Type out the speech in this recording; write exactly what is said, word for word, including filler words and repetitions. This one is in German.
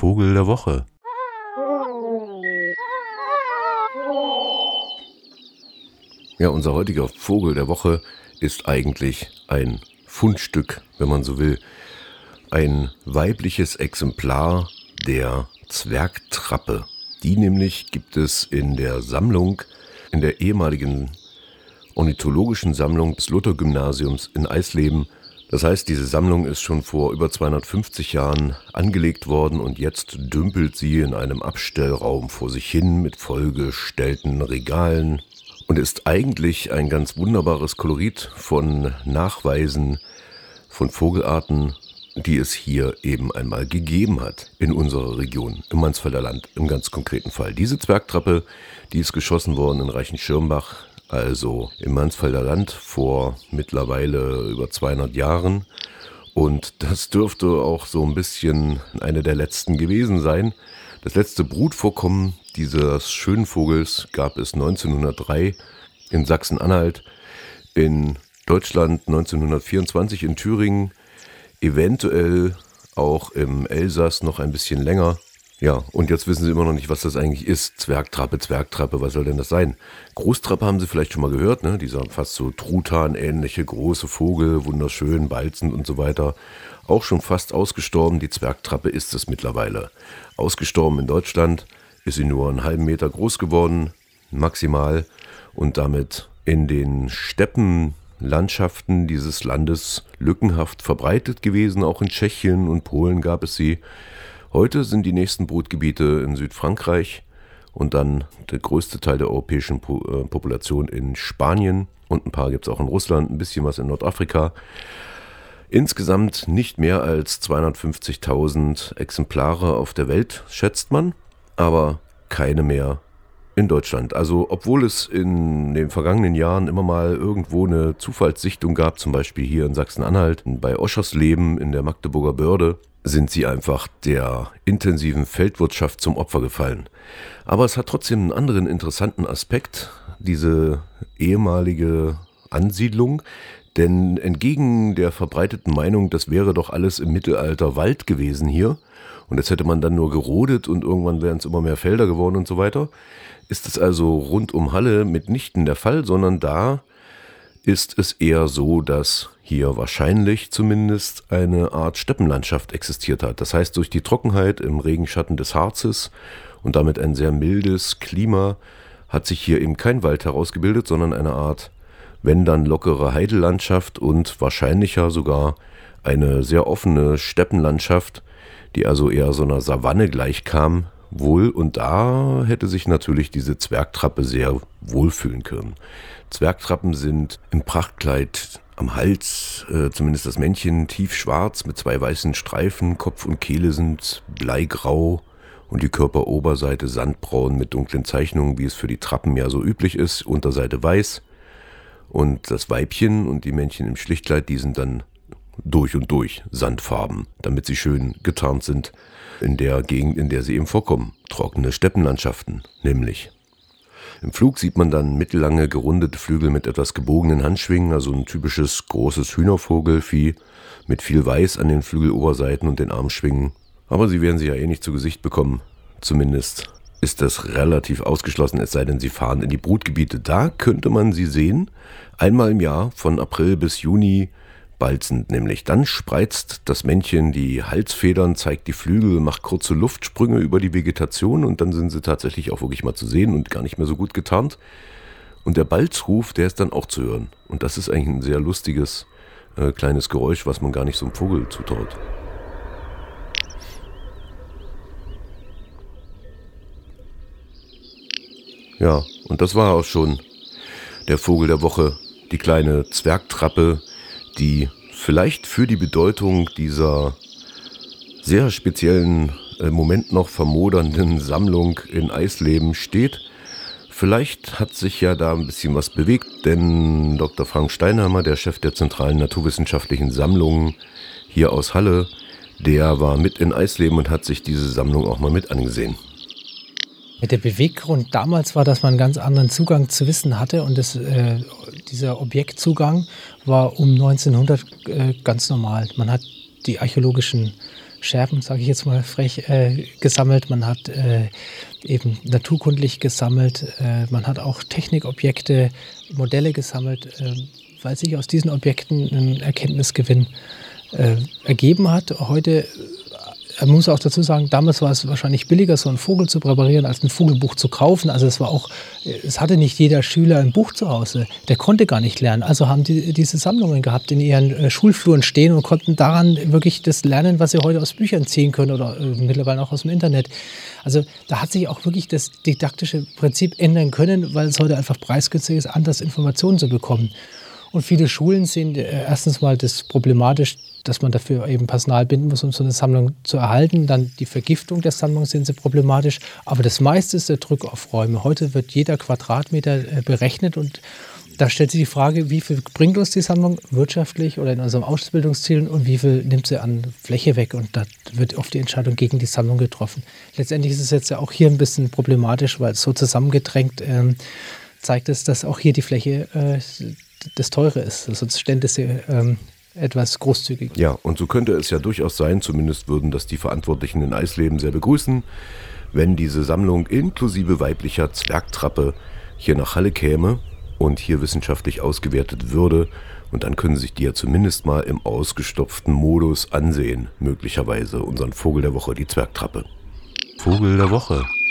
Vogel der Woche. Ja, unser heutiger Vogel der Woche ist eigentlich ein Fundstück, wenn man so will. Ein weibliches Exemplar der Zwergtrappe. Die nämlich gibt es in der Sammlung, in der ehemaligen ornithologischen Sammlung des Luther-Gymnasiums in Eisleben. Das heißt, diese Sammlung ist schon vor über zweihundertfünfzig Jahren angelegt worden und jetzt dümpelt sie in einem Abstellraum vor sich hin mit vollgestellten Regalen und ist eigentlich ein ganz wunderbares Kolorit von Nachweisen von Vogelarten, die es hier eben einmal gegeben hat in unserer Region, im Mansfelder Land, im ganz konkreten Fall. Diese Zwergtrappe, die ist geschossen worden in Reichenschirmbach, also im Mansfelder Land vor mittlerweile über zweihundert Jahren. Und das dürfte auch so ein bisschen eine der letzten gewesen sein. Das letzte Brutvorkommen dieses schönen Vogels gab es neunzehnhundertdrei in Sachsen-Anhalt, in Deutschland neunzehnhundertvierundzwanzig in Thüringen, eventuell auch im Elsass noch ein bisschen länger. Ja, und jetzt wissen Sie immer noch nicht, was das eigentlich ist. Zwergtrappe, Zwergtrappe, was soll denn das sein? Großtrappe haben Sie vielleicht schon mal gehört, ne? Dieser fast so Truthahn-ähnliche große Vogel, wunderschön, balzend und so weiter. Auch schon fast ausgestorben. Die Zwergtrappe ist es mittlerweile. Ausgestorben in Deutschland ist sie nur einen halben Meter groß geworden, maximal. Und damit in den Steppen Landschaften dieses Landes lückenhaft verbreitet gewesen. Auch in Tschechien und Polen gab es sie. Heute sind die nächsten Brutgebiete in Südfrankreich und dann der größte Teil der europäischen po- äh, Population in Spanien und ein paar gibt es auch in Russland, ein bisschen was in Nordafrika. Insgesamt nicht mehr als zweihundertfünfzigtausend Exemplare auf der Welt, schätzt man, aber keine mehr in Deutschland. Also obwohl es in den vergangenen Jahren immer mal irgendwo eine Zufallssichtung gab, zum Beispiel hier in Sachsen-Anhalt, bei Oschersleben in der Magdeburger Börde, sind sie einfach der intensiven Feldwirtschaft zum Opfer gefallen. Aber es hat trotzdem einen anderen interessanten Aspekt, diese ehemalige Ansiedlung, denn entgegen der verbreiteten Meinung, das wäre doch alles im Mittelalter Wald gewesen hier und jetzt hätte man dann nur gerodet und irgendwann wären es immer mehr Felder geworden und so weiter, ist es also rund um Halle mitnichten der Fall, sondern da ist es eher so, dass hier wahrscheinlich zumindest eine Art Steppenlandschaft existiert hat. Das heißt, durch die Trockenheit im Regenschatten des Harzes und damit ein sehr mildes Klima hat sich hier eben kein Wald herausgebildet, sondern eine Art, wenn dann lockere Heidelandschaft und wahrscheinlicher sogar eine sehr offene Steppenlandschaft, die also eher so einer Savanne gleichkam, wohl, und da hätte sich natürlich diese Zwergtrappe sehr wohlfühlen können. Zwergtrappen sind im Prachtkleid am Hals, äh, zumindest das Männchen, tiefschwarz mit zwei weißen Streifen, Kopf und Kehle sind bleigrau und die Körperoberseite sandbraun mit dunklen Zeichnungen, wie es für die Trappen ja so üblich ist, Unterseite weiß. Und das Weibchen und die Männchen im Schlichtkleid, die sind dann durch und durch sandfarben, damit sie schön getarnt sind in der Gegend, in der sie eben vorkommen. Trockene Steppenlandschaften nämlich. Im Flug sieht man dann mittellange, gerundete Flügel mit etwas gebogenen Handschwingen, also ein typisches großes Hühnervogelvieh mit viel Weiß an den Flügeloberseiten und den Armschwingen. Aber sie werden sie ja eh nicht zu Gesicht bekommen. Zumindest ist das relativ ausgeschlossen, es sei denn, sie fahren in die Brutgebiete. Da könnte man sie sehen, einmal im Jahr von April bis Juni, balzend nämlich. Dann spreizt das Männchen die Halsfedern, zeigt die Flügel, macht kurze Luftsprünge über die Vegetation und dann sind sie tatsächlich auch wirklich mal zu sehen und gar nicht mehr so gut getarnt. Und der Balzruf, der ist dann auch zu hören. Und das ist eigentlich ein sehr lustiges äh, kleines Geräusch, was man gar nicht so einem Vogel zutraut. Ja, und das war auch schon der Vogel der Woche, die kleine Zwergtrappe, die vielleicht für die Bedeutung dieser sehr speziellen, im Moment noch vermodernden Sammlung in Eisleben steht. Vielleicht hat sich ja da ein bisschen was bewegt, denn Doktor Frank Steinhammer, der Chef der Zentralen Naturwissenschaftlichen Sammlungen hier aus Halle, der war mit in Eisleben und hat sich diese Sammlung auch mal mit angesehen. Der Beweggrund damals war, dass man einen ganz anderen Zugang zu Wissen hatte und das, äh, dieser Objektzugang war um neunzehnhundert äh, ganz normal. Man hat die archäologischen Scherben, sage ich jetzt mal frech, äh, gesammelt. Man hat äh, eben naturkundlich gesammelt. Äh, man hat auch Technikobjekte, Modelle gesammelt, äh, weil sich aus diesen Objekten ein Erkenntnisgewinn äh, ergeben hat. Heute, man muss auch dazu sagen, damals war es wahrscheinlich billiger, so einen Vogel zu präparieren, als ein Vogelbuch zu kaufen. Also es war auch, es hatte nicht jeder Schüler ein Buch zu Hause. Der konnte gar nicht lernen. Also haben die diese Sammlungen gehabt in ihren äh, Schulfluren stehen und konnten daran wirklich das lernen, was sie heute aus Büchern ziehen können oder äh, mittlerweile auch aus dem Internet. Also da hat sich auch wirklich das didaktische Prinzip ändern können, weil es heute einfach preisgünstig ist, anders Informationen zu bekommen. Und viele Schulen sehen äh, erstens mal das problematisch, dass man dafür eben Personal binden muss, um so eine Sammlung zu erhalten. Dann die Vergiftung der Sammlung sehen sie problematisch. Aber das meiste ist der Druck auf Räume. Heute wird jeder Quadratmeter äh, berechnet und da stellt sich die Frage, wie viel bringt uns die Sammlung wirtschaftlich oder in unserem Ausbildungszielen und wie viel nimmt sie an Fläche weg? Und da wird oft die Entscheidung gegen die Sammlung getroffen. Letztendlich ist es jetzt ja auch hier ein bisschen problematisch, weil es so zusammengedrängt ähm, zeigt es, dass auch hier die Fläche äh, das Teure ist. Sonst stände sie ähm, etwas großzügig. Ja, und so könnte es ja durchaus sein, zumindest würden das die Verantwortlichen in Eisleben sehr begrüßen, wenn diese Sammlung inklusive weiblicher Zwergtrappe hier nach Halle käme und hier wissenschaftlich ausgewertet würde. Und dann können sich die ja zumindest mal im ausgestopften Modus ansehen, möglicherweise unseren Vogel der Woche, die Zwergtrappe. Vogel der Woche.